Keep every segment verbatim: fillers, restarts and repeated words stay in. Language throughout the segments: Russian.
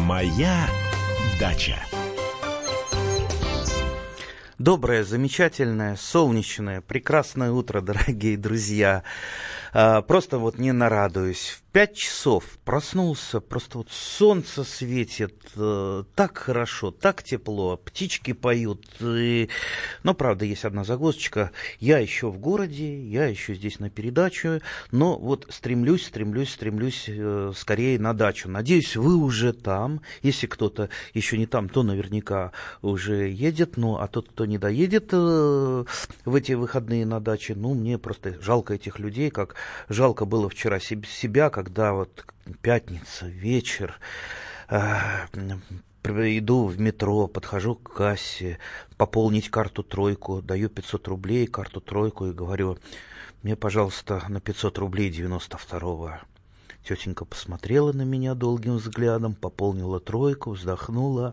Моя дача. Доброе, замечательное, солнечное, прекрасное утро, дорогие друзья. А, просто вот не нарадуюсь. В пять часов проснулся, просто вот солнце светит, э, так хорошо, так тепло, птички поют. И... Но, правда, есть одна загвоздочка. Я еще в городе, я еще здесь на передаче, но вот стремлюсь, стремлюсь, стремлюсь э, скорее на дачу. Надеюсь, вы уже там. Если кто-то еще не там, то наверняка уже едет. Ну, а тот, кто не доедет э, в эти выходные на даче, ну, мне просто жалко этих людей, как жалко было вчера себя, когда вот пятница, вечер, э, иду в метро, подхожу к кассе, пополнить карту тройку, даю пятьсот рублей, карту тройку и говорю: мне, пожалуйста, на пятьсот рублей девяносто второго. Тетенька посмотрела на меня долгим взглядом, пополнила тройку, вздохнула.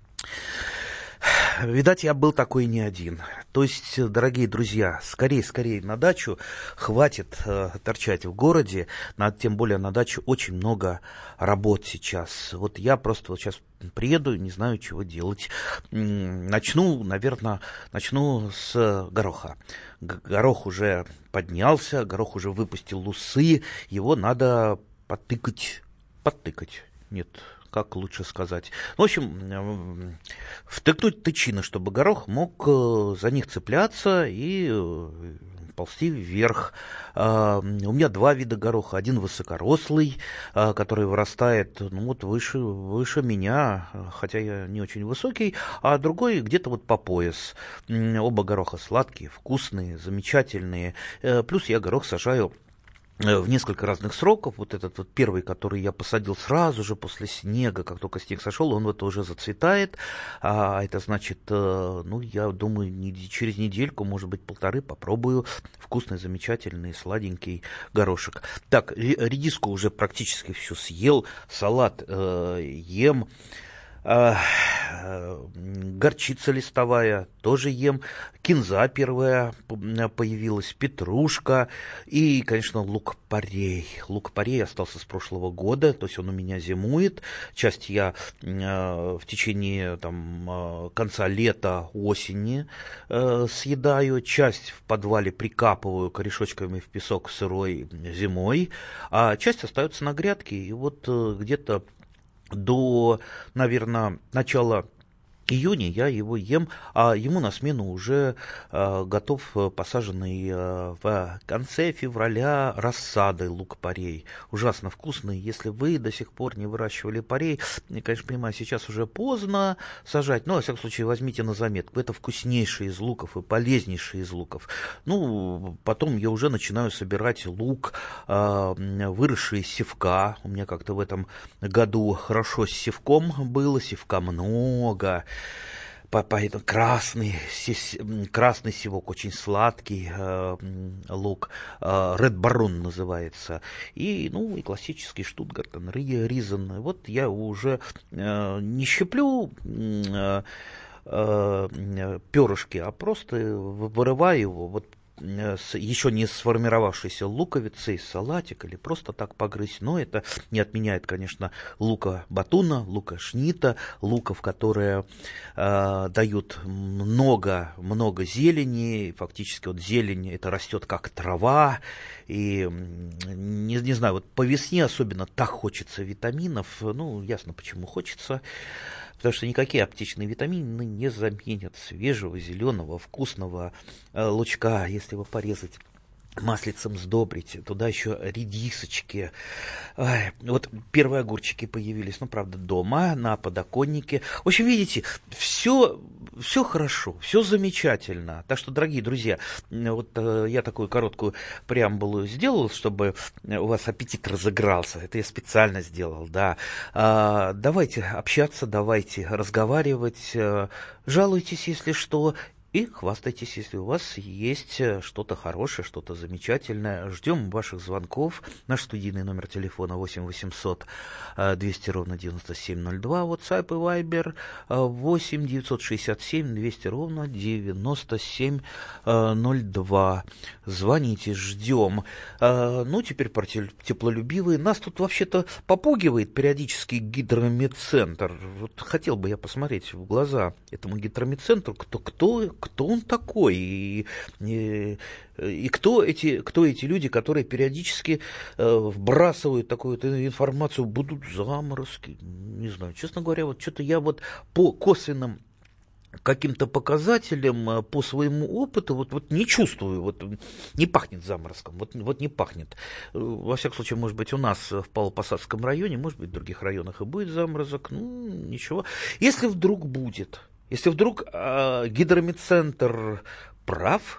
Видать, я был такой не один. То есть, дорогие друзья, скорее, скорее на дачу, хватит э, торчать в городе, на, тем более на даче очень много работ сейчас. Вот я просто вот сейчас приеду, не знаю, чего делать. Начну, наверное, начну с гороха. Горох уже поднялся, горох уже выпустил усы, его надо подтыкать, подтыкать, нет, как лучше сказать. В общем, втыкнуть тычины, чтобы горох мог за них цепляться и ползти вверх. У меня два вида гороха. Один высокорослый, который вырастает ну, вот выше, выше меня, хотя я не очень высокий, а другой где-то вот по пояс. Оба гороха сладкие, вкусные, замечательные. Плюс я горох сажаю в несколько разных сроков. Вот этот вот первый, который я посадил сразу же после снега, как только снег сошел, он вот уже зацветает. А это значит, ну, я думаю, через недельку, может быть, полторы попробую вкусный, замечательный, сладенький горошек. Так, редиску уже практически всю съел, салат э, ем. Горчица листовая тоже ем, кинза первая появилась, петрушка и, конечно, лук-порей. Лук-порей остался с прошлого года, то есть он у меня зимует. Часть я в течение там, конца лета, осени съедаю, часть в подвале прикапываю корешочками в песок сырой зимой, а часть остается на грядке. И вот где-то до, наверное, начала июня я его ем, а ему на смену уже э, готов посаженный э, в конце февраля рассадой лук-порей. Ужасно вкусный. Если вы до сих пор не выращивали порей, я, конечно, понимаю, сейчас уже поздно сажать, но, во всяком случае, возьмите на заметку. Это вкуснейший из луков и полезнейший из луков. Ну, потом я уже начинаю собирать лук, э, выросший из севка. У меня как-то в этом году хорошо с севком было, севка много. Поэтому красный, красный севок, очень сладкий э, лук, э, Red Baron называется, и, ну, и классический Штутгартен, Ризен. Вот я уже э, не щеплю э, э, перышки, а просто вырываю его, вот, с еще не сформировавшейся луковицей, салатик или просто так погрызть. Но это не отменяет, конечно, лука батуна, лука шнита, луков, которые э, дают много, много зелени. Фактически вот зелень это растет как трава. И не, не знаю, вот по весне особенно так хочется витаминов. Ну, ясно, почему хочется. Потому что никакие аптечные витамины не заменят свежего, зеленого, вкусного э, лучка, если его порезать, маслицем сдобрить, туда еще редисочки. Ай, вот первые огурчики появились, ну, правда, дома, на подоконнике. В общем, видите, все, все хорошо, все замечательно. Так что, дорогие друзья, вот э, я такую короткую преамбулу сделал, чтобы у вас аппетит разыгрался. Это я специально сделал, да. А, давайте общаться, давайте разговаривать, жалуйтесь, если что. И хвастайтесь, если у вас есть что-то хорошее, что-то замечательное. Ждем ваших звонков. Наш студийный номер телефона восемь восемьсот двести ровно девяносто семь ноль два. WhatsApp и Viber восемь девятьсот шестьдесят семь двести ровно девяносто семь ноль два. Звоните, ждем. Ну, теперь про теплолюбивые. Нас тут вообще-то попугивает периодически гидромедцентр. Вот хотел бы я посмотреть в глаза этому гидромедцентру, кто, кто, кто он такой, и, и, и кто, эти, кто эти люди, которые периодически э, вбрасывают такую информацию, будут заморозки, не знаю, честно говоря, вот что-то я вот по косвенным каким-то показателям, по своему опыту, вот, вот не чувствую, вот не пахнет заморозком, вот, вот не пахнет. Во всяком случае, может быть, у нас в Павлово-Посадском районе, может быть, в других районах и будет заморозок, ну, ничего. Если вдруг будет, если вдруг э, гидромедцентр прав,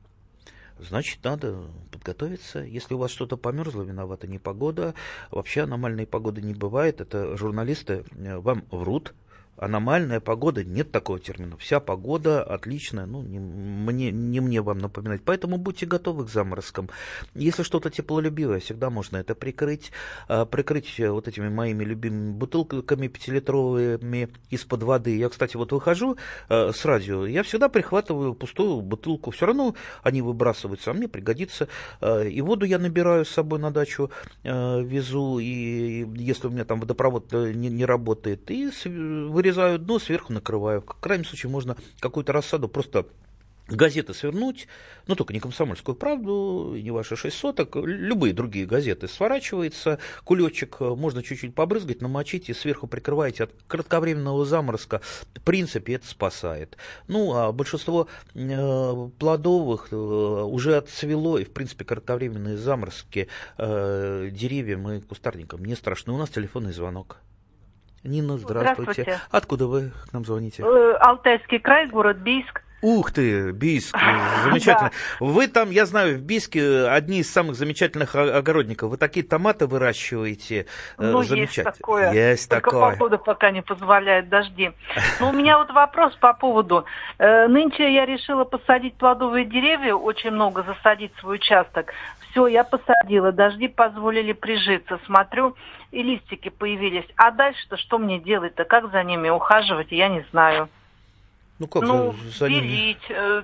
значит, надо подготовиться. Если у вас что-то померзло, виновата непогода. Вообще аномальной погоды не бывает, это журналисты вам врут. Аномальная погода, нет такого термина. Вся погода отличная, ну, не мне, не мне вам напоминать. Поэтому будьте готовы к заморозкам. Если что-то теплолюбивое, всегда можно это прикрыть. Прикрыть вот этими моими любимыми бутылками пятилитровыми из-под воды. Я, кстати, вот выхожу с радио, я всегда прихватываю пустую бутылку. Все равно они выбрасываются, а мне пригодится. И воду я набираю с собой на дачу, везу. И если у меня там водопровод не, не работает, и вырезаю Вырезаю дно, сверху накрываю. В крайнем случае можно какую-то рассаду просто газеты свернуть, ну только не «Комсомольскую правду», не «Ваши шесть соток», любые другие газеты. Сворачивается кулечек, можно чуть-чуть побрызгать, намочить и сверху прикрываете от кратковременного заморозка. В принципе, это спасает. Ну, а большинство э, плодовых э, уже отцвело, и, в принципе, кратковременные заморозки э, деревьям и кустарникам не страшны. У нас телефонный звонок. Нина, здравствуйте. здравствуйте. Откуда вы к нам звоните? Алтайский край, город Бийск. Ух ты, Бийск, замечательно. Да. Вы там, я знаю, в Бийске одни из самых замечательных огородников. Вы такие томаты выращиваете. Ну, есть такое. Есть Только такое. погода пока не позволяет, дожди. Но у меня вот вопрос по поводу. Нынче я решила посадить плодовые деревья, очень много засадить свой участок. Все, я посадила, дожди позволили прижиться. Смотрю, и листики появились. А дальше-то что мне делать-то? Как за ними ухаживать, я не знаю. Ну, как ну за, за ними? белить, э,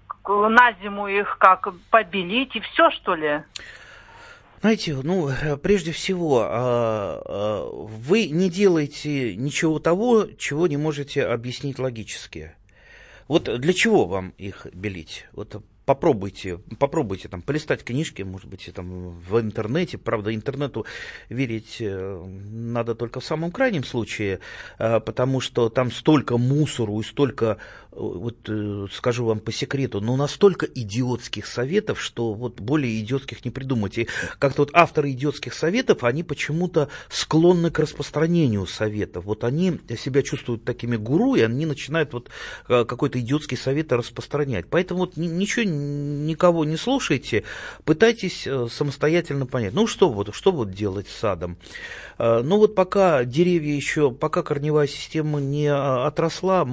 на зиму их как, побелить, и все, что ли? Знаете, ну, прежде всего, вы не делаете ничего того, чего не можете объяснить логически. Вот для чего вам их белить? Вот попробуйте, попробуйте там полистать книжки, может быть, там в интернете. Правда, интернету верить надо только в самом крайнем случае, потому что там столько мусору и столько, вот скажу вам по секрету, но настолько идиотских советов, что вот более идиотских не придумать. И как-то вот авторы идиотских советов, они почему-то склонны к распространению советов. Вот они себя чувствуют такими гуру, и они начинают вот какой-то идиотский совет распространять. Поэтому вот ничего, никого не слушайте, пытайтесь самостоятельно понять. Ну что вот, что вот делать с садом? Ну вот пока деревья еще, пока корневая система не отросла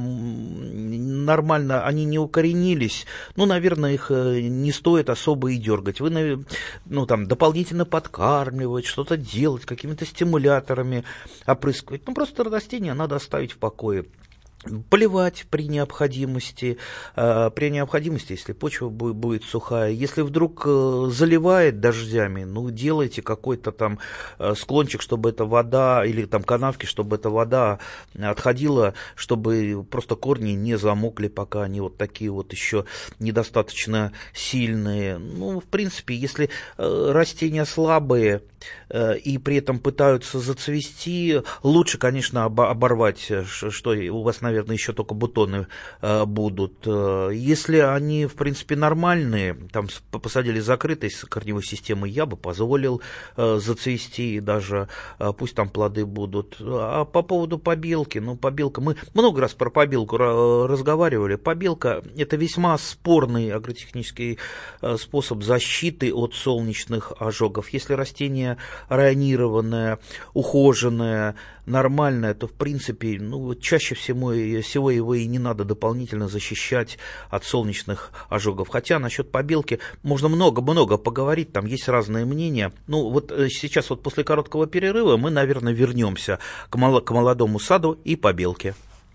нормально, они не укоренились, ну, наверное, их не стоит особо и дергать. Вы, ну, там, дополнительно подкармливать, что-то делать, какими-то стимуляторами опрыскивать. Ну, просто растения надо оставить в покое. Поливать при необходимости, при необходимости, если почва будет сухая. Если вдруг заливает дождями, ну, делайте какой-то там склончик, чтобы эта вода, или там канавки, чтобы эта вода отходила, чтобы просто корни не замокли, пока они вот такие вот еще недостаточно сильные. Ну, в принципе, если растения слабые и при этом пытаются зацвести, лучше, конечно, оборвать, что у вас, наверное, еще только бутоны э, будут. Если они, в принципе, нормальные, там посадили закрытой корневой системой, я бы позволил э, зацвести, и даже э, пусть там плоды будут. А по поводу побелки, ну, побелка, мы много раз про побелку разговаривали. Побелка – это весьма спорный агротехнический э, способ защиты от солнечных ожогов. Если растение районированное, ухоженное, нормальное, то, в принципе, ну, чаще всего всего его и не надо дополнительно защищать от солнечных ожогов. Хотя насчет побелки можно много-много поговорить, там есть разные мнения. Ну вот сейчас вот после короткого перерыва мы, наверное, вернемся к, мол- к молодому саду и побелке.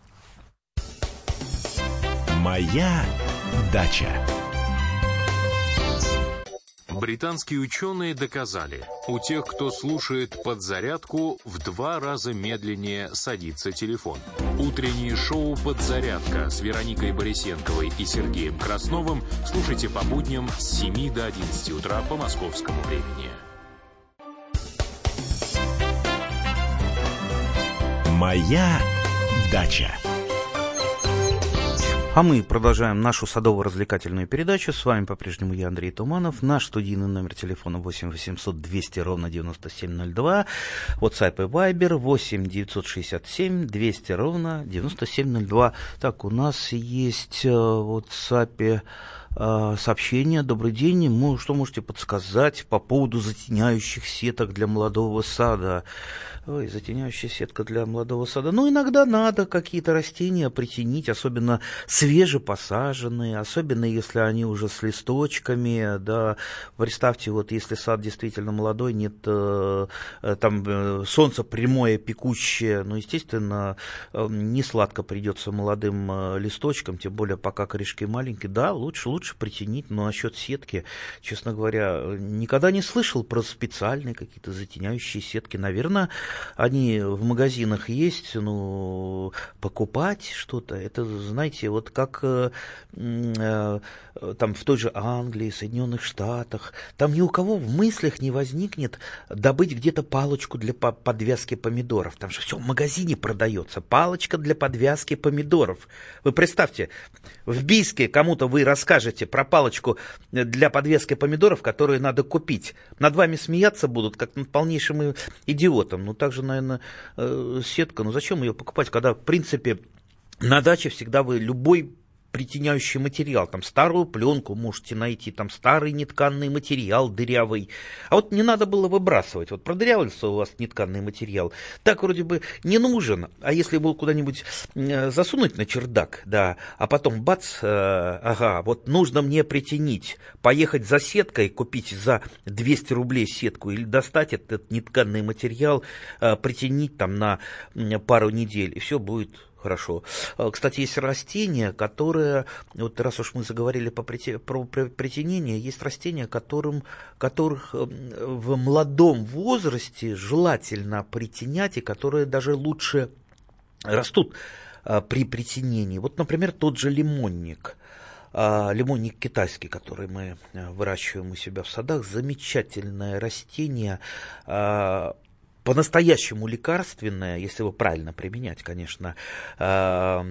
Моя дача. Британские ученые доказали, у тех, кто слушает «Подзарядку», в два раза медленнее садится телефон. Утреннее шоу «Подзарядка» с Вероникой Борисенковой и Сергеем Красновым слушайте по будням с семи до одиннадцати утра по московскому времени. Моя дача. А мы продолжаем нашу садово-развлекательную передачу. С вами по-прежнему я, Андрей Туманов. Наш студийный номер телефона восемь восемьсот двести ровно девяносто семь ноль два. WhatsApp и Viber восемь девятьсот шестьдесят семь двести ровно девяносто семь ноль два. Так, у нас есть в WhatsApp сообщение. Добрый день. Ну, что можете подсказать по поводу затеняющих сеток для молодого сада? Ой, затеняющая сетка для молодого сада. Ну, иногда надо какие-то растения притенить, особенно свежепосаженные, особенно если они уже с листочками, да. Представьте, вот если сад действительно молодой, нет э, там э, солнце прямое, пекущее, ну, естественно, э, не сладко придется молодым э, листочкам, тем более пока корешки маленькие. Да, лучше, лучше притенить, но насчет сетки, честно говоря, никогда не слышал про специальные какие-то затеняющие сетки. Наверное, они в магазинах есть, ну, покупать что-то, это, знаете, вот как э, э, там в той же Англии, Соединенных Штатах, там ни у кого в мыслях не возникнет добыть где-то палочку для подвязки помидоров, там же все в магазине продается, палочка для подвязки помидоров. Вы представьте, в Бийске кому-то вы расскажете про палочку для подвески помидоров, которую надо купить. Над вами смеяться будут, как над полнейшим идиотом. Ну, также, наверное, сетка. Ну, зачем ее покупать, когда, в принципе, на даче всегда вы любой притеняющий материал, там старую пленку можете найти, там старый нетканный материал дырявый. А вот не надо было выбрасывать. Вот продырявился у вас нетканный материал, так вроде бы не нужен. А если его куда-нибудь засунуть на чердак, да, а потом бац, э, ага, вот нужно мне притенить, поехать за сеткой, купить за двести рублей сетку или достать этот нетканный материал, э, притенить там на пару недель, и все будет хорошо. Кстати, есть растения, которые, вот раз уж мы заговорили по прити, про притенение, есть растения, которым, которых в молодом возрасте желательно притенять, и которые даже лучше растут при притенении. Вот, например, тот же лимонник. Лимонник китайский, который мы выращиваем у себя в садах, замечательное растение, по-настоящему лекарственное, если его правильно применять, конечно, оно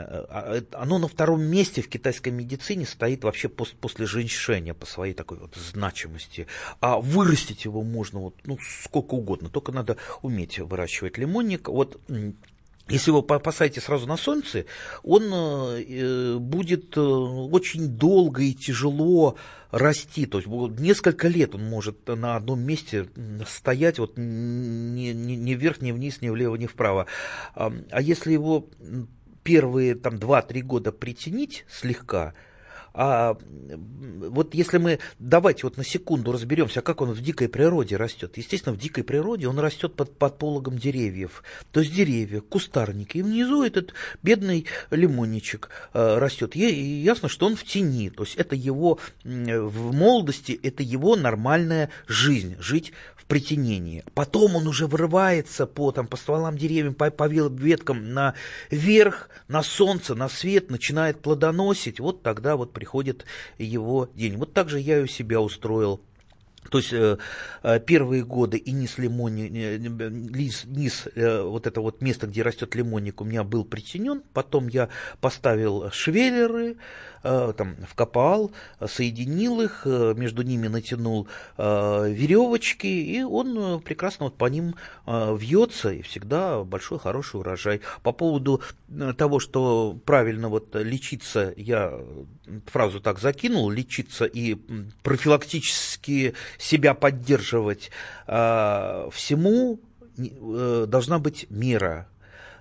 на втором месте в китайской медицине стоит вообще после женьшеня по своей такой вот значимости. А вырастить его можно вот, ну, сколько угодно, только надо уметь выращивать лимонник. Вот если вы посадите сразу на солнце, он будет очень долго и тяжело расти, то есть несколько лет он может на одном месте стоять, вот ни, ни, ни вверх, ни вниз, ни влево, ни вправо. А если его первые там два-три года притенить слегка, а вот если мы, давайте вот на секунду разберемся, как он в дикой природе растет. Естественно, в дикой природе он растет под, под пологом деревьев. То есть деревья, кустарники. И внизу этот бедный лимонничек э, растет. И ясно, что он в тени. То есть это его в молодости, это его нормальная жизнь. Жить в притенении. Потом он уже вырывается по, там, по стволам деревьев, по, по веткам наверх, на солнце, на свет, начинает плодоносить. Вот тогда вот приходит его день. Вот так же я и у себя устроил. То есть э, первые годы и низ лимонник, низ, низ э, вот это вот место, где растет лимонник, у меня был притенен. Потом я поставил швеллеры, э, там, вкопал, соединил их, э, между ними натянул э, веревочки, и он прекрасно вот по ним э, вьется, и всегда большой хороший урожай. По поводу того, что правильно вот лечиться, я фразу так закинул, лечиться и профилактически себя поддерживать, всему должна быть мера.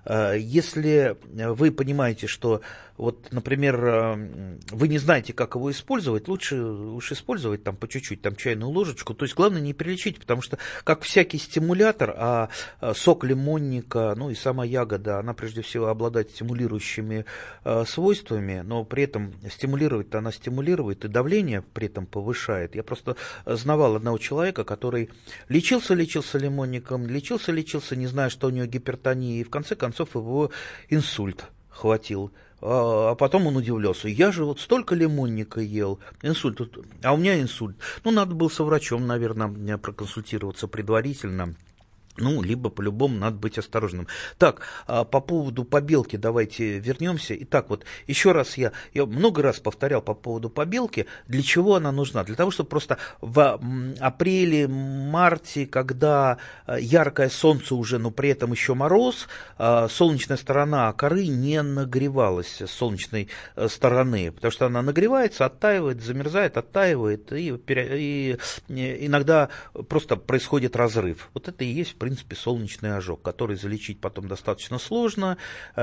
Если вы понимаете, что вот, например, вы не знаете, как его использовать, лучше уж использовать там по чуть-чуть, там чайную ложечку. То есть главное не перелечить, потому что как всякий стимулятор, а сок лимонника, ну и сама ягода, она прежде всего обладает стимулирующими свойствами, но при этом стимулировать-то она стимулирует, и давление при этом повышает. Я просто знавал одного человека, который лечился-лечился лимонником, лечился-лечился, не зная, что у него гипертония, и в конце концов его инсульт хватил. А потом он удивлялся. Я же вот столько лимонника ел, инсульт, а у меня инсульт. Ну, надо было со врачом, наверное, проконсультироваться предварительно. Ну, либо по-любому надо быть осторожным. Так, по поводу побелки давайте вернемся. Итак, вот еще раз я, я много раз повторял по поводу побелки. Для чего она нужна? Для того, чтобы просто в апреле, марте, когда яркое солнце уже, но при этом еще мороз, солнечная сторона коры не нагревалась с солнечной стороны, потому что она нагревается, оттаивает, замерзает, оттаивает, и, и иногда просто происходит разрыв. Вот это и есть, в принципе, солнечный ожог, который залечить потом достаточно сложно,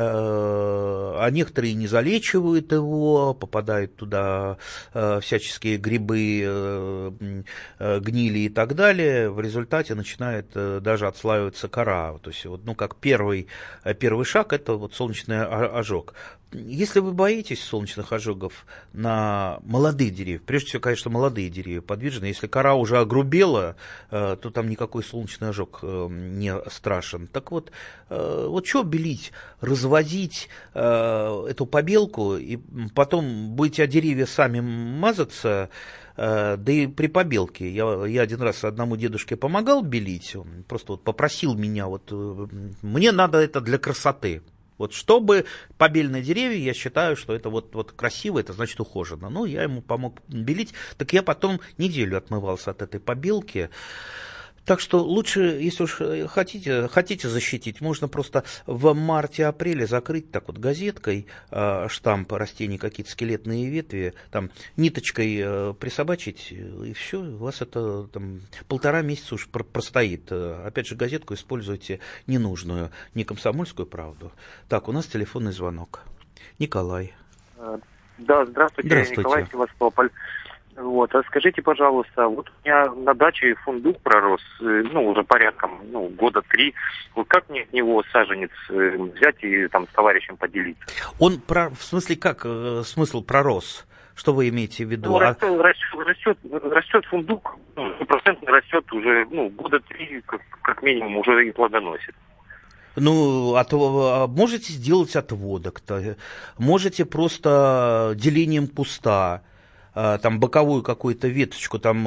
а некоторые не залечивают его, попадают туда всяческие грибы, гнили и так далее, в результате начинает даже отслаиваться кора. То есть, вот, ну, как первый, первый шаг, это вот солнечный ожог. Если вы боитесь солнечных ожогов на молодые деревья, прежде всего, конечно, молодые деревья подвижны, если кора уже огрубела, то там никакой солнечный ожог не страшен. Так вот, вот что белить, разводить эту побелку, и потом будете о деревья сами мазаться, да и при побелке. Я, я один раз одному дедушке помогал белить, он просто вот попросил меня, вот мне надо это для красоты. Вот чтобы побеленные деревья, я считаю, что это вот, вот красиво, это значит ухоженно. Ну, я ему помог белить, так я потом неделю отмывался от этой побелки. Так что лучше, если уж хотите, хотите защитить, можно просто в марте-апреле закрыть так вот газеткой э, штамп растений, какие-то скелетные ветви, там ниточкой э, присобачить, и все, у вас это там, полтора месяца уж простоит. Опять же, газетку используйте ненужную, не комсомольскую правду. Так, у нас телефонный звонок. Николай. Да, здравствуйте, здравствуйте. Николай, Севастополь. Вот, а скажите, пожалуйста, вот у меня на даче фундук пророс, ну, уже порядком, ну, года три. Вот как мне от него саженец взять и там с товарищем поделиться? Он, про, в смысле, как э, смысл пророс? Что вы имеете в виду? Ну, а... растет, растет, растет фундук, ну, процентно растет уже, ну, года три, как, как минимум, уже и плодоносит. Ну, от, можете сделать отводок-то, можете просто делением куста, там боковую какую-то веточку там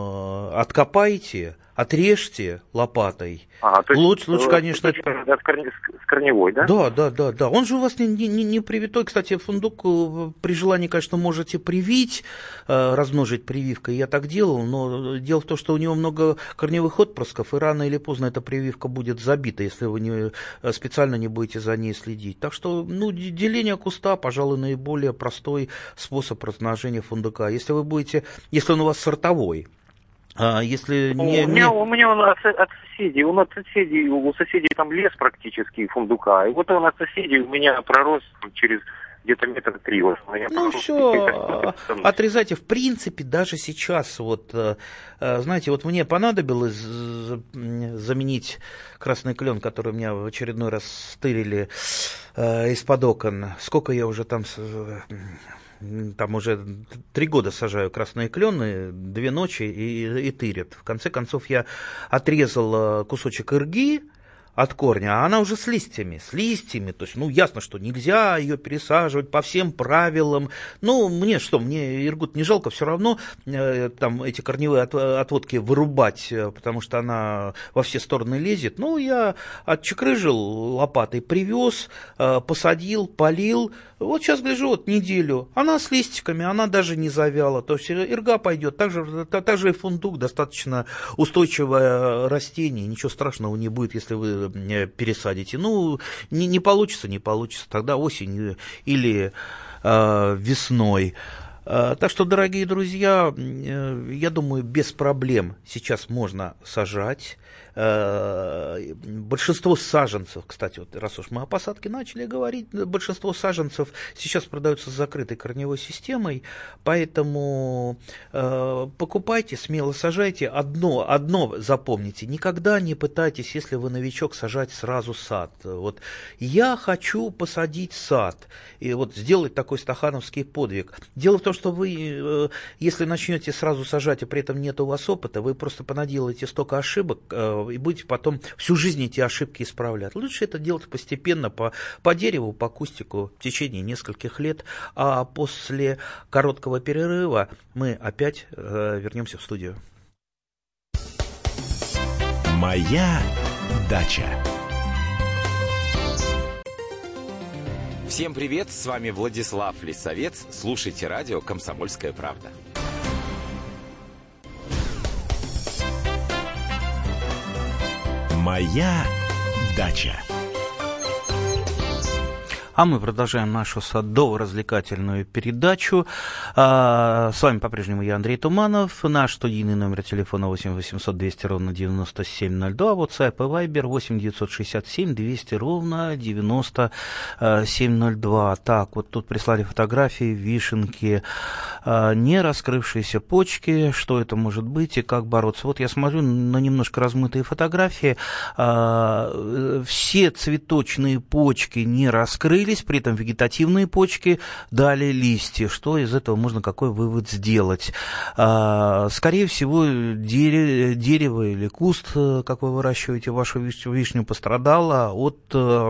откопайте, отрежьте лопатой. А, то есть, лучше, лучше, конечно... С корневой, да? Да, да, да, да. Он же у вас не, не, не привитой. Кстати, фундук при желании, конечно, можете привить, размножить прививкой. Я так делал, но дело в том, что у него много корневых отпрысков, и рано или поздно эта прививка будет забита, если вы не, специально не будете за ней следить. Так что, ну, деление куста, пожалуй, наиболее простой способ размножения фундука. Если вы будете, если он у вас сортовой, А если ну, не, у, меня, не... у меня он от, от соседей, он от соседей, у соседей там лес практически фундука, и вот он от соседей у меня пророс через где-то метр три. Вот, ну все, отрезайте. В принципе, даже сейчас, вот, знаете, вот мне понадобилось заменить красный клен, который меня в очередной раз стырили из-под окон. Сколько я уже там... Там уже три года сажаю красные клены, две ночи и, и тырят. В конце концов я отрезал кусочек ирги от корня, а она уже с листьями, с листьями, то есть, ну, ясно, что нельзя ее пересаживать по всем правилам. Ну, мне что, мне иргу не жалко, все равно э, там эти корневые от, отводки вырубать, потому что она во все стороны лезет. Ну, я отчекрыжил лопатой, привез, э, посадил, полил. Вот сейчас гляжу, вот неделю, она с листиками, она даже не завяла, то есть ирга пойдет, также, так же и фундук, достаточно устойчивое растение, ничего страшного не будет, если вы пересадите. Ну, не, не получится, не получится, тогда осенью или э, весной. Так что, дорогие друзья, я думаю, без проблем сейчас можно сажать. э, большинство саженцев, кстати, вот раз уж мы о посадке начали говорить, большинство саженцев сейчас продаются с закрытой корневой системой, поэтому э, покупайте, смело сажайте. Одно, одно запомните, никогда не пытайтесь, если вы новичок, сажать сразу сад. Вот я хочу посадить сад, и вот сделать такой стахановский подвиг. Дело в том, что вы, э, если начнете сразу сажать, и при этом нет у вас опыта, вы просто понаделаете столько ошибок, э, и будете потом всю жизнь эти ошибки исправлять. Лучше это делать постепенно, по, по дереву, по кустику, в течение нескольких лет, а после короткого перерыва мы опять э, вернемся в студию. Моя дача. Всем привет, с вами Владислав Лисовец. Слушайте радио «Комсомольская правда». Моя дача. А мы продолжаем нашу садово-развлекательную передачу. А, с вами по-прежнему я, Андрей Туманов. Наш студийный номер телефона восемь восемьсот двести ровно девяносто семь ноль два. WhatsApp и Viber восемь девятьсот шестьдесят семь двести ровно девяносто семь ноль два. Так, вот тут прислали фотографии вишенки, а, не раскрывшиеся почки. Что это может быть и как бороться? Вот я смотрю на немножко размытые фотографии. А, все цветочные почки не раскрылись. При этом вегетативные почки дали листья. Что из этого можно, какой вывод сделать? Скорее всего, дерево, дерево или куст, как вы выращиваете вашу вишню, пострадало от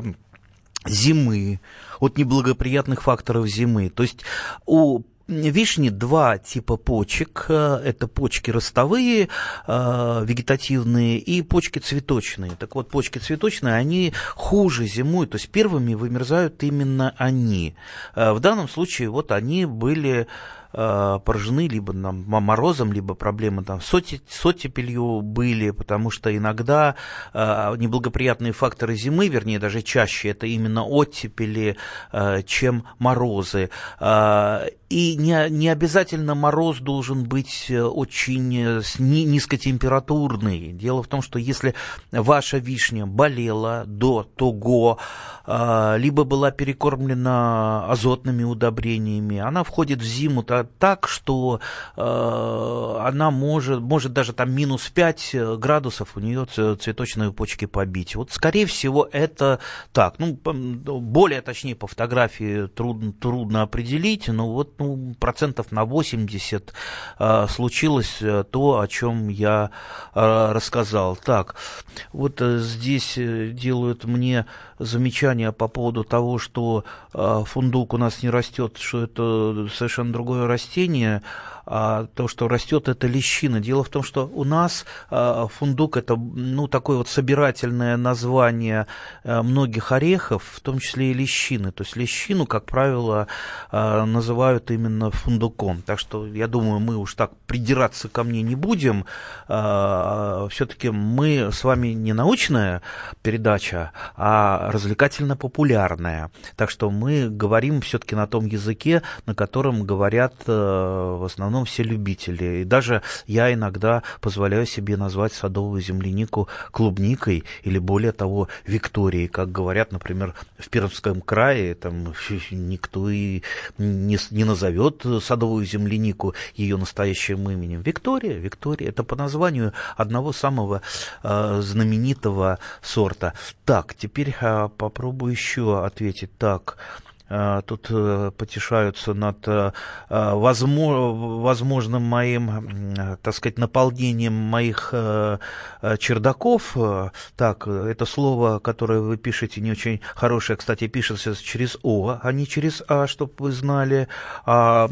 зимы, от неблагоприятных факторов зимы. То есть у вишни два типа почек. Это почки ростовые, вегетативные, и почки цветочные. Так вот, почки цветочные, они хуже зимой, то есть первыми вымерзают именно они. В данном случае вот они были поражены либо там, морозом, либо проблемы там, с оттепелью были, потому что иногда э, неблагоприятные факторы зимы, вернее, даже чаще, это именно оттепели, э, чем морозы. Э, и не, не обязательно мороз должен быть очень низкотемпературный. Дело в том, что если ваша вишня болела до того, э, либо была перекормлена азотными удобрениями, она входит в зиму так, что э, она может, может даже там минус пять градусов у нее цветочные почки побить. Вот, скорее всего, это так. Ну, более точнее, по фотографии трудно, трудно определить, но вот ну, процентов на восемьдесят э, случилось то, о чем я э, рассказал. Так, вот э, здесь делают мне замечания по поводу того, что э, фундук у нас не растет, что это совершенно другое растение, а то, что растет, это лещина. Дело в том, что у нас э, фундук это ну, такое вот собирательное название э, многих орехов, в том числе и лещины. То есть лещину, как правило, э, называют именно фундуком. Так что, я думаю, мы уж так придираться ко мне не будем. Э, все-таки мы с вами не научная передача, а развлекательно-популярная. Так что мы говорим все-таки на том языке, на котором говорят э, в основном все любители. И даже я иногда позволяю себе назвать садовую землянику клубникой или, более того, Викторией. Как говорят, например, в Пермском крае, там никто и не, не назовет садовую землянику ее настоящим именем. Виктория, Виктория. Это по названию одного самого э, знаменитого сорта. Так, теперь э, попробую еще ответить. Так. Тут потешаются над возможным моим, так сказать, наполнением моих чердаков. Так, это слово, которое вы пишете, не очень хорошее, кстати, пишется через О, а не через А, чтобы вы знали. А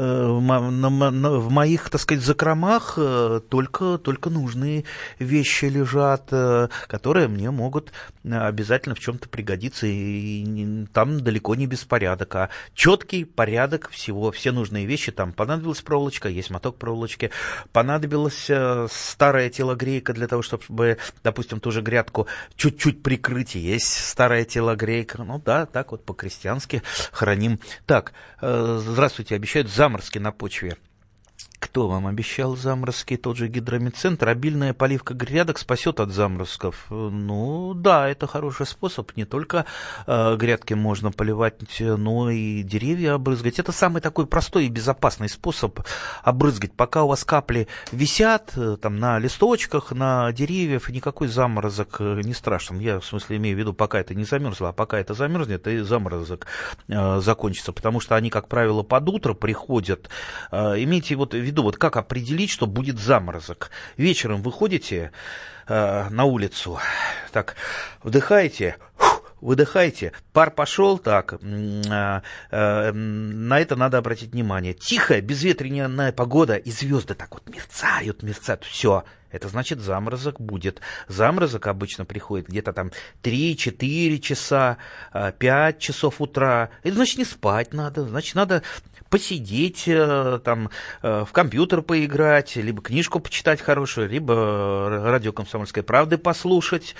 в моих, так сказать, закромах только, только нужные вещи лежат, которые мне могут обязательно в чем-то пригодиться, и там далеко не без порядок, а четкий порядок всего, все нужные вещи. Там понадобилась проволочка, есть моток проволочки, понадобилась э, старая телогрейка для того, чтобы, допустим, ту же грядку чуть-чуть прикрыть, есть старая телогрейка. Ну да, так вот по-крестьянски храним. Так, э, здравствуйте, обещают заморозки на почве. Кто вам обещал заморозки? Тот же гидромедцентр. Обильная поливка грядок спасет от заморозков. Ну да, это хороший способ. Не только э, грядки можно поливать, но и деревья обрызгать. Это самый такой простой и безопасный способ обрызгать. Пока у вас капли висят э, там, на листочках, на деревьях, никакой заморозок не страшен. Я в смысле имею в виду, пока это не замерзло, а пока это замерзнет, и заморозок э, закончится. Потому что они, как правило, под утро приходят. Э, имейте вот в виду, вот как определить, что будет заморозок. Вечером выходите э, на улицу, так, вдыхаете, выдыхаете, пар пошел, так, э, э, на это надо обратить внимание. Тихая, безветренная погода, и звезды так вот мерцают, мерцают, все. Это значит, заморозок будет. Заморозок обычно приходит где-то там три-четыре часа, пять часов утра. Это значит, не спать надо, значит, надо посидеть, там, в компьютер поиграть, либо книжку почитать хорошую, либо радио «Комсомольской правды» послушать.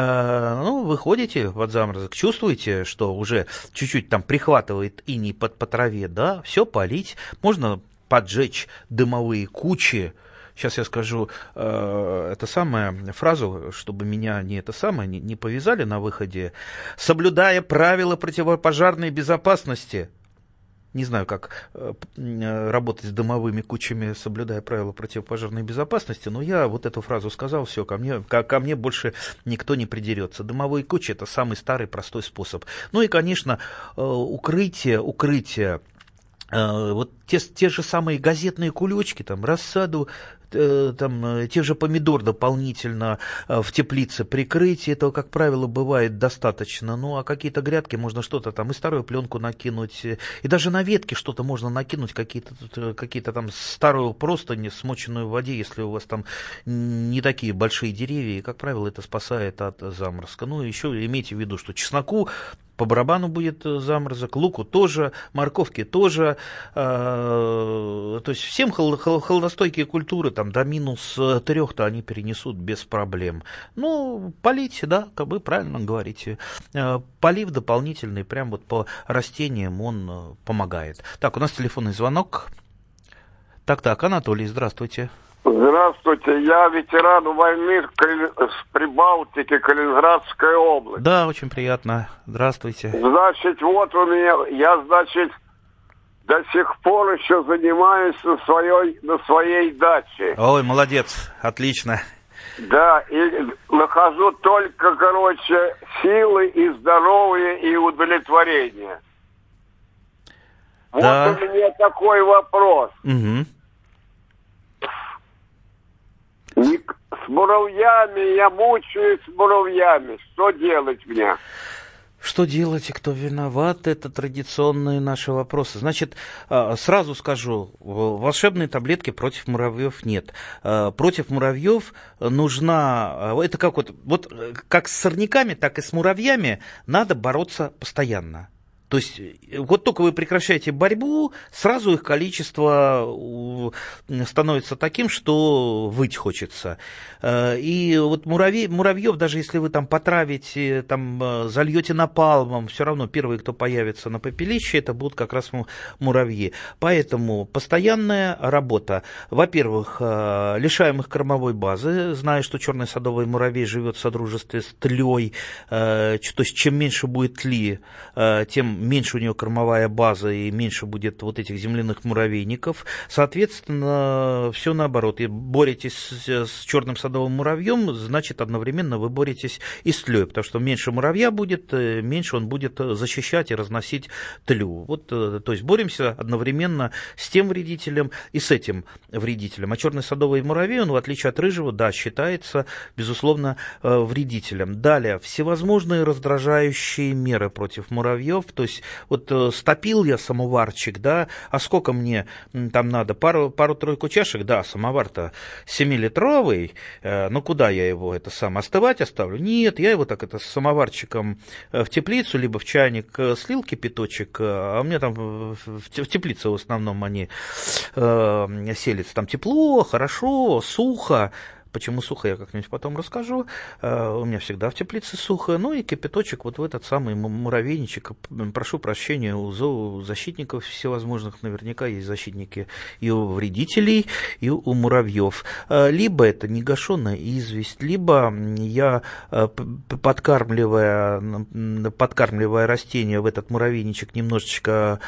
Ну, выходите под заморозок, чувствуете, что уже чуть-чуть там прихватывает иней под по траве, да, все полить. Можно поджечь дымовые кучи. Сейчас я скажу э, это самое, фразу, чтобы меня не это самое, не, не повязали на выходе. Соблюдая правила противопожарной безопасности. Не знаю, как э, работать с дымовыми кучами, соблюдая правила противопожарной безопасности, но я вот эту фразу сказал, все, ко мне, ко, ко мне больше никто не придерется. Дымовые кучи – это самый старый простой способ. Ну и, конечно, э, укрытие, укрытие. Вот те, те же самые газетные кулечки, там, рассаду, там, те же помидор дополнительно в теплице прикрыть, этого, как правило, бывает достаточно. Ну, а какие-то грядки можно что-то там, и старую пленку накинуть, и даже на ветки что-то можно накинуть, какие-то, какие-то там старую простынь, смоченную в воде, если у вас там не такие большие деревья, и, как правило, это спасает от заморозка. Ну, еще имейте в виду, что чесноку по барабану будет заморозок, луку тоже, морковке тоже. Э, то есть всем хол- хол- холодостойкие культуры там, до минус трех-то они перенесут без проблем. Ну, полить, да, как вы правильно говорите. Э, полив дополнительный прям вот по растениям он э, помогает. Так, у нас телефонный звонок. Так-так, Анатолий, здравствуйте. Здравствуйте, я ветеран войны с Прибалтики, Калининградская область. Да, очень приятно. Здравствуйте. Значит, вот у меня, я, значит, до сих пор еще занимаюсь на своей, на своей даче. Ой, молодец, отлично. Да, и нахожу только, короче, силы и здоровье, и удовлетворение. Да. Вот у меня такой вопрос. Угу. С муравьями, я мучаюсь с муравьями. Что делать мне? Что делать и кто виноват, это традиционные наши вопросы. Значит, сразу скажу, волшебной таблетки против муравьев нет. Против муравьев нужна, это как вот, вот как с сорняками, так и с муравьями надо бороться постоянно. То есть, вот только вы прекращаете борьбу, сразу их количество становится таким, что выть хочется. И вот муравей, муравьев, даже если вы там потравите, там, зальете напалмом, все равно первые, кто появится на попелище, это будут как раз муравьи. Поэтому постоянная работа. Во-первых, лишаем их кормовой базы, зная, что черный садовый муравей живет в содружестве с тлей, то есть чем меньше будет тли, тем меньше у нее кормовая база и меньше будет вот этих земляных муравейников. Соответственно, все наоборот. И боретесь с, с черным садовым муравьем, значит, одновременно вы боретесь и с тлей, потому что меньше муравья будет, меньше он будет защищать и разносить тлю. Вот, то есть боремся одновременно с тем вредителем и с этим вредителем. А черный садовый муравей, он, в отличие от рыжего, да, считается, безусловно, вредителем. Далее, всевозможные раздражающие меры против муравьев, то есть вот стопил я самоварчик, да, а сколько мне там надо, пару, пару-тройку чашек, да, самовар-то семилитровый, э, ну куда я его это сам остывать оставлю? Нет, я его так это с самоварчиком в теплицу, либо в чайник слил кипяточек, а у меня там в, в теплице в основном они э, селятся, там тепло, хорошо, сухо. Почему сухо, я как-нибудь потом расскажу. У меня всегда в теплице сухо. Ну и кипяточек вот в этот самый муравейничек. Прошу прощения у зоозащитников всевозможных. Наверняка есть защитники и у вредителей, и у муравьев. Либо это негашенная известь, либо я, подкармливая, подкармливая растения в этот муравейничек, немножечко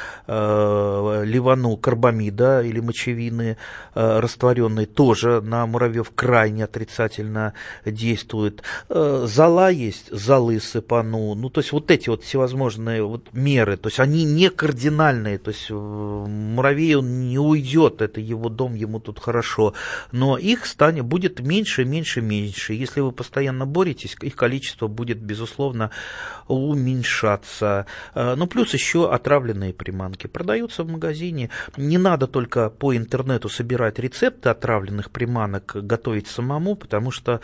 ливану карбамида или мочевины растворенной, тоже на муравьев крайне отрицательно действует. Зола есть, золы сыпану. Ну, то есть вот эти вот всевозможные вот меры, то есть они не кардинальные, то есть муравей он не уйдет, это его дом, ему тут хорошо, но их станет, будет меньше, меньше, меньше. Если вы постоянно боретесь, их количество будет, безусловно, уменьшаться. Ну, плюс еще отравленные приманки продаются в магазине. Не надо только по интернету собирать рецепты отравленных приманок, готовить самому, потому что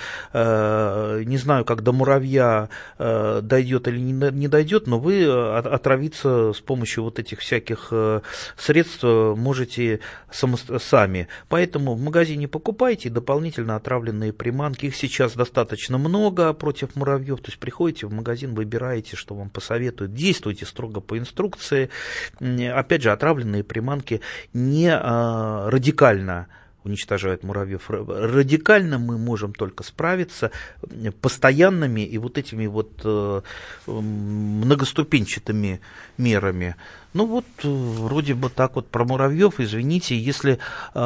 э, не знаю, как до муравья э, дойдет или не, не дойдет, но вы отравиться с помощью вот этих всяких э, средств можете само, сами. Поэтому в магазине покупайте дополнительно отравленные приманки. Их сейчас достаточно много против муравьев. То есть приходите в магазин, выбираете, что вам посоветуют. Действуйте строго по инструкции. Опять же, отравленные приманки не э, радикально уничтожают муравьев. Радикально мы можем только справиться постоянными и вот этими вот э, многоступенчатыми мерами. Ну вот, вроде бы так вот про муравьев, извините, если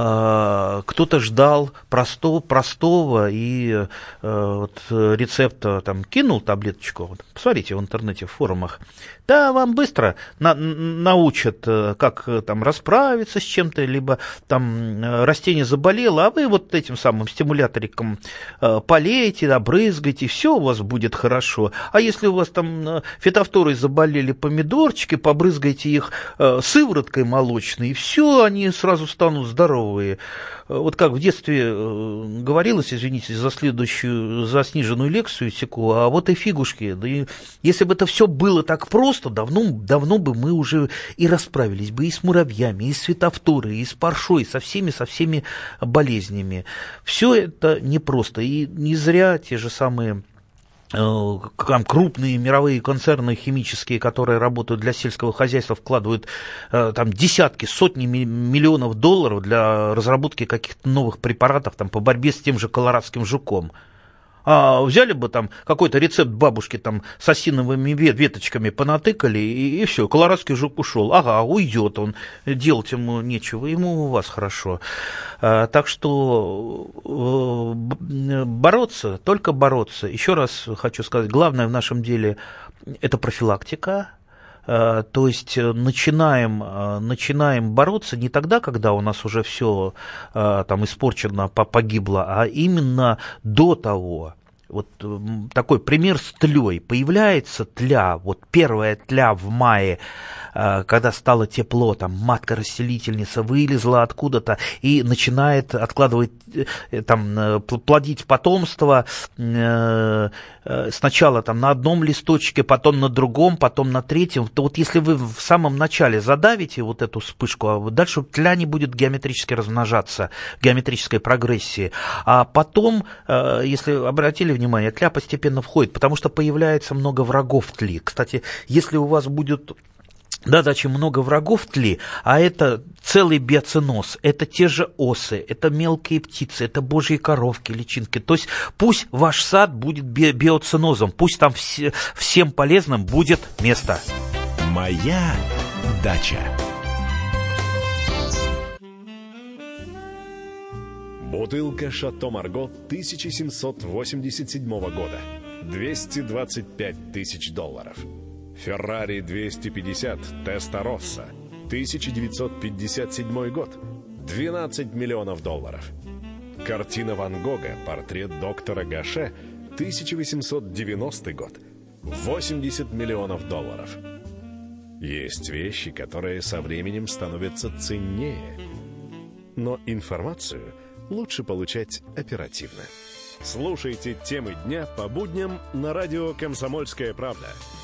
э, кто-то ждал простого, простого и э, вот, рецепта, там, кинул таблеточку, вот, посмотрите в интернете, в форумах, да, вам быстро на, научат, как там расправиться с чем-то, либо там растение заболело, а вы вот этим самым стимуляториком э, полейте, обрызгайте, все у вас будет хорошо. А если у вас там фитофторой заболели помидорчики, побрызгайте их сывороткой молочной, и все, они сразу станут здоровые. Вот как в детстве говорилось, извините за следующую, за сниженную лекцию секу, а вот и фигушки. Да и если бы это все было так просто, давно, давно бы мы уже и расправились бы и с муравьями, и с фитофторой, и с паршой, со всеми, со всеми болезнями. Все это непросто, и не зря те же самые там крупные мировые концерны химические, которые работают для сельского хозяйства, вкладывают там десятки, сотни миллионов долларов для разработки каких-то новых препаратов там, по борьбе с тем же колорадским жуком. А взяли бы там какой-то рецепт бабушки там с осиновыми веточками понатыкали, и, и все, колорадский жук ушел. Ага, уйдет он, делать ему нечего, ему у вас хорошо. А, так что бороться, только бороться. Еще раз хочу сказать, главное в нашем деле это профилактика. То есть начинаем, начинаем бороться не тогда, когда у нас уже все там испорчено, погибло, а именно до того. Вот такой пример с тлей. Появляется тля, вот первая тля в мае, когда стало тепло, там матка-расселительница вылезла откуда-то и начинает откладывать, там, плодить потомство, сначала там на одном листочке, потом на другом, потом на третьем. То вот если вы в самом начале задавите вот эту вспышку, а дальше тля не будет геометрически размножаться, геометрической прогрессии. А потом, если обратили внимание, тля постепенно входит, потому что появляется много врагов тли. Кстати, если у вас будет на даче много врагов тли, а это целый биоценоз, это те же осы, это мелкие птицы, это божьи коровки, личинки. То есть пусть ваш сад будет би- биоценозом, пусть там все, всем полезным будет место. Моя дача. Бутылка «Шато Марго» тысяча семьсот восемьдесят седьмого года. двести двадцать пять тысяч долларов. Феррари двести пятьдесят Теста-Росса, тысяча девятьсот пятьдесят седьмой год, двенадцать миллионов долларов. Картина Ван Гога «Портрет доктора Гаше», тысяча восемьсот девяностый год, восемьдесят миллионов долларов. Есть вещи, которые со временем становятся ценнее, но информацию лучше получать оперативно. Слушайте темы дня по будням на радио «Комсомольская правда».